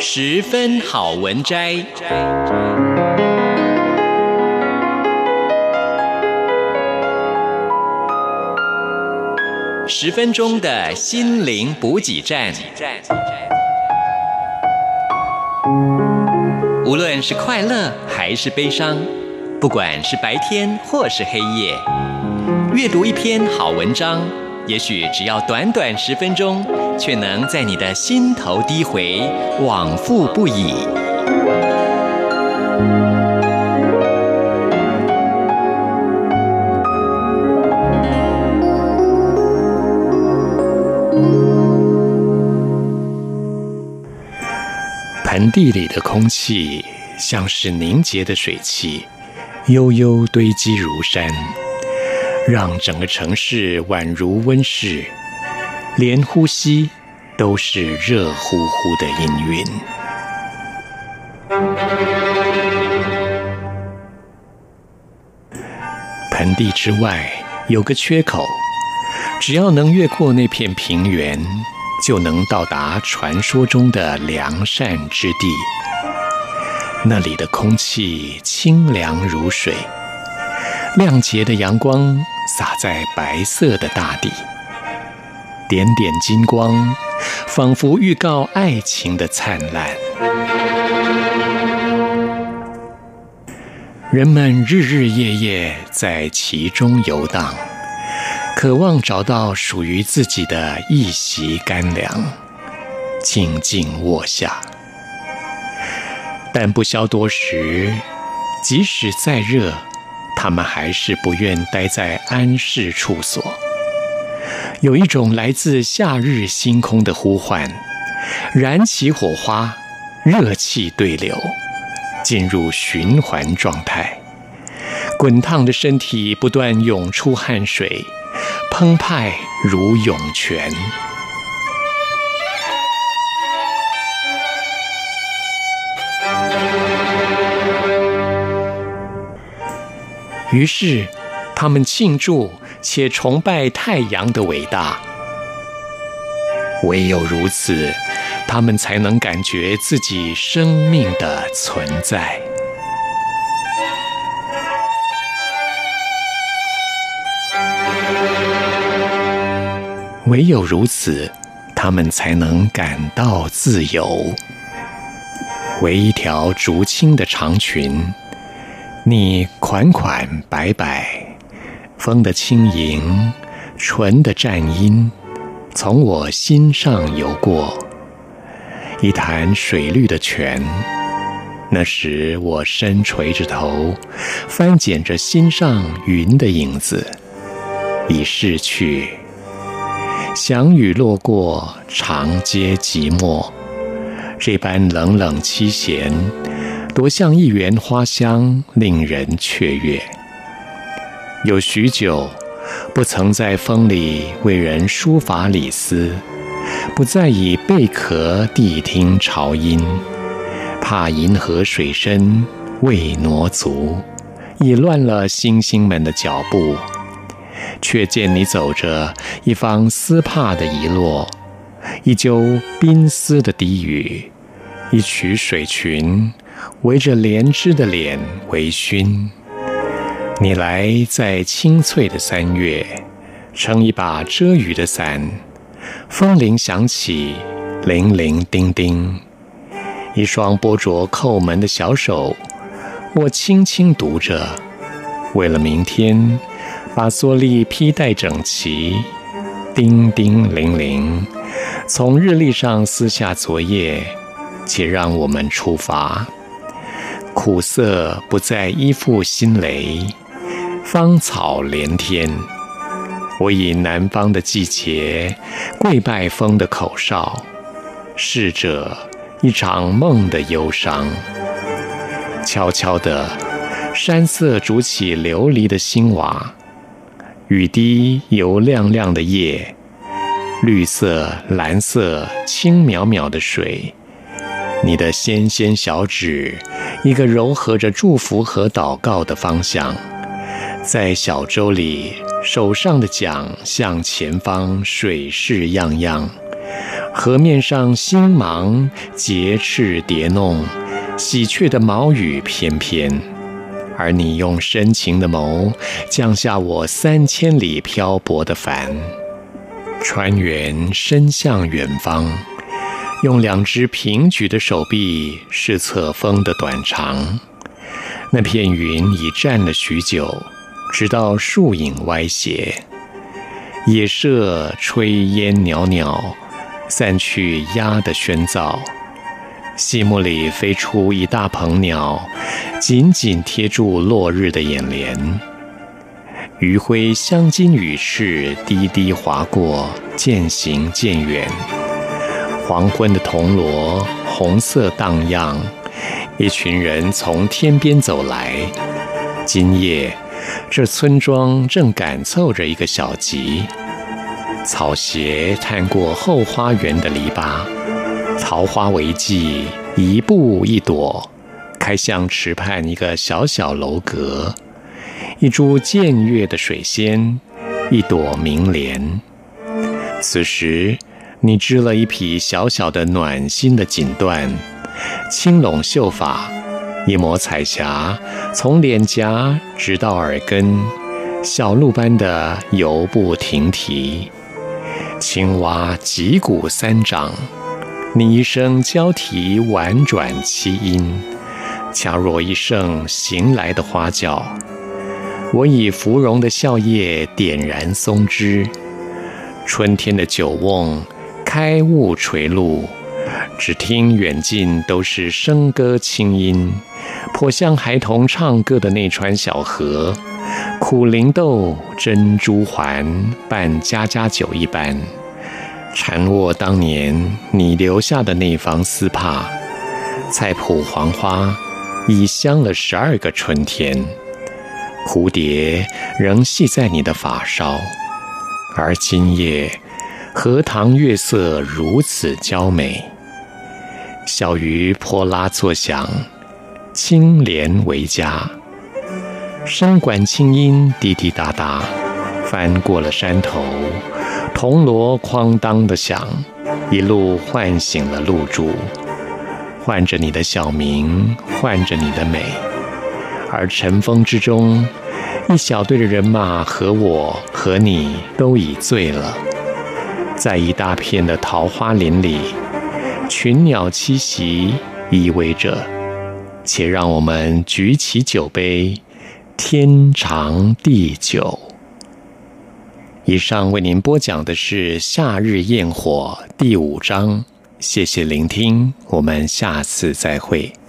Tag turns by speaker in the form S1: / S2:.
S1: 十分好文摘。10分钟的心灵补给站。无论是快乐还是悲伤，不管是白天或是黑夜，阅读一篇好文章，也许只要短短10分钟，却能在你的心头低回，往复不已。盆地里的空气像是凝结的水汽，悠悠堆积如山，让整个城市宛如温室，连呼吸都是热乎乎的氤氲。盆地之外有个缺口，只要能越过那片平原，就能到达传说中的良善之地。那里的空气清凉如水，亮洁的阳光洒在白色的大地，点点金光，仿佛预告爱情的灿烂。人们日日夜夜在其中游荡，渴望找到属于自己的一席干粮，静静卧下。但不消多时，即使再热，他们还是不愿待在安适处所。有一种来自夏日星空的呼唤，燃起火花，热气对流，进入循环状态。滚烫的身体不断涌出汗水，澎湃如涌泉。于是他们庆祝且崇拜太阳的伟大，唯有如此，他们才能感觉自己生命的存在。唯有如此，他们才能感到自由。为一条竹青的长裙，你款款摆摆，风的轻盈，唇的颤音，从我心上游过。一潭水绿的泉，那时我深垂着头，翻捡着心上云的影子，已逝去。祥雨落过，长街寂寞，这般冷冷凄闲，多像一园花香，令人雀跃。有许久不曾在风里为人抒发里思，不再以贝壳谛听潮音，怕银河水深未挪足，已乱了星星们的脚步。却见你走着一方丝帕的遗落，一揪冰丝的低语，一曲水裙围着莲枝的脸微醺。你来在清脆的3月，撑一把遮雨的伞，风铃响起，铃铃叮叮。一双拨着扣门的小手，我轻轻读着，为了明天把蓑笠披戴整齐，叮叮铃铃，从日历上撕下昨夜，且让我们出发。苦涩不再依附新雷，芳草连天。我以南方的季节，跪拜风的口哨，逝者一场梦的忧伤。悄悄地，山色筑起琉璃的新瓦，雨滴由亮亮的叶，绿色、蓝色、轻渺渺的水，你的纤纤小指，一个柔和着祝福和祷告的方向。在小舟里，手上的桨向前方水势漾漾， 河面上星芒节翅叠弄，喜鹊的毛羽翩翩，而你用深情的眸降下我3000里漂泊的帆，船舷伸向远方，用2只平举的手臂试测风的短长。那片云已站了许久，直到树影歪斜，野舍炊烟袅袅，散去鸦的喧噪。细木里飞出一大鹏鸟，紧紧贴住落日的眼帘。余晖香金羽翅低低划过，渐行渐远。黄昏的铜锣红色荡漾，一群人从天边走来。今夜这村庄正赶凑着一个小集，草鞋探过后花园的篱笆，桃花为记，一步一朵，开向池畔一个小小楼阁，一株渐月的水仙，一朵明莲。此时你织了一匹小小的暖心的锦缎，轻拢秀发，一抹彩霞从脸颊直到耳根，小鹿般的游步停蹄。青蛙击鼓3掌，你一声交啼婉转7音，恰若一圣行来的花轿。我以芙蓉的笑靥点燃松枝，春天的酒瓮开雾垂露，只听远近都是笙歌清音，颇像孩童唱歌的那川小河，苦苓豆珍珠环伴家家酒一般，缠握当年你留下的那方丝帕，菜圃黄花已香了12个春天，蝴蝶仍系在你的发梢，而今夜荷塘月色如此娇美。小鱼泼拉作响，青莲为佳，山管清音滴滴答答，翻过了山头，铜锣哐当的响，一路唤醒了露珠，唤着你的小名，唤着你的美。而晨风之中，一小队的人马和我和你都已醉了，在一大片的桃花林里，群鸟栖息，依偎着，且让我们举起酒杯，天长地久。以上为您播讲的是《夏日焰火》第5章，谢谢聆听，我们下次再会。